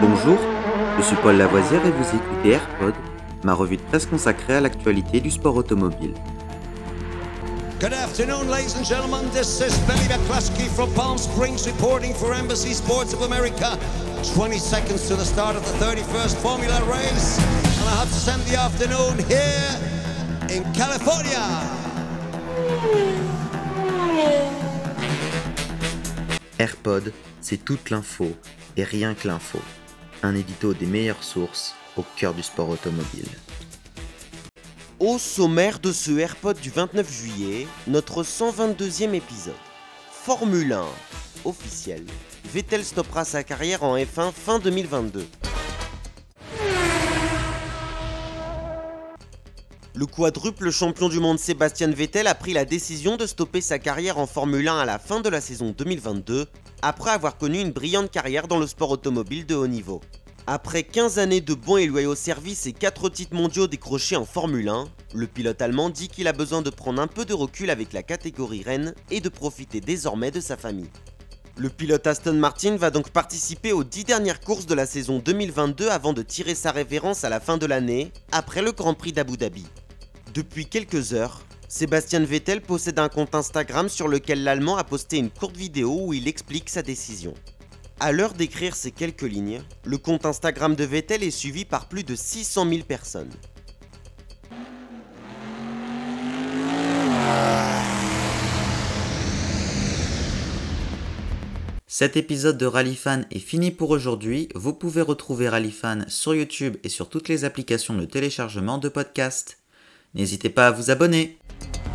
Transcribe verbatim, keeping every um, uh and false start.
Bonjour, je suis Paul Lavoisière et vous écoutez AirPod, ma revue de presse consacrée à l'actualité du sport automobile. Good afternoon, ladies and gentlemen. This is Billy McCluskey from Palm Springs reporting for Embassy Sports of America. twenty seconds to the start of the thirty-first Formula race. And I have to spend the afternoon here in California. AirPod, c'est toute l'info et rien que l'info. Un édito des meilleures sources au cœur du sport automobile. Au sommaire de ce AirPod du vingt-neuf juillet, notre cent vingt-deuxième épisode. Formule un, officiel. Vettel stoppera sa carrière en F un fin deux mille vingt-deux. Le quadruple champion du monde Sébastien Vettel a pris la décision de stopper sa carrière en Formule un à la fin de la saison deux mille vingt-deux, après avoir connu une brillante carrière dans le sport automobile de haut niveau. Après quinze années de bons et loyaux services et quatre titres mondiaux décrochés en Formule un, le pilote allemand dit qu'il a besoin de prendre un peu de recul avec la catégorie reine et de profiter désormais de sa famille. Le pilote Aston Martin va donc participer aux dix dernières courses de la saison deux mille vingt-deux avant de tirer sa révérence à la fin de l'année, après le Grand Prix d'Abu Dhabi. Depuis quelques heures, Sébastien Vettel possède un compte Instagram sur lequel l'Allemand a posté une courte vidéo où il explique sa décision. À l'heure d'écrire ces quelques lignes, le compte Instagram de Vettel est suivi par plus de six cent mille personnes. Cet épisode de Rallyfan est fini pour aujourd'hui. Vous pouvez retrouver Rallyfan sur YouTube et sur toutes les applications de téléchargement de podcasts. N'hésitez pas à vous abonner.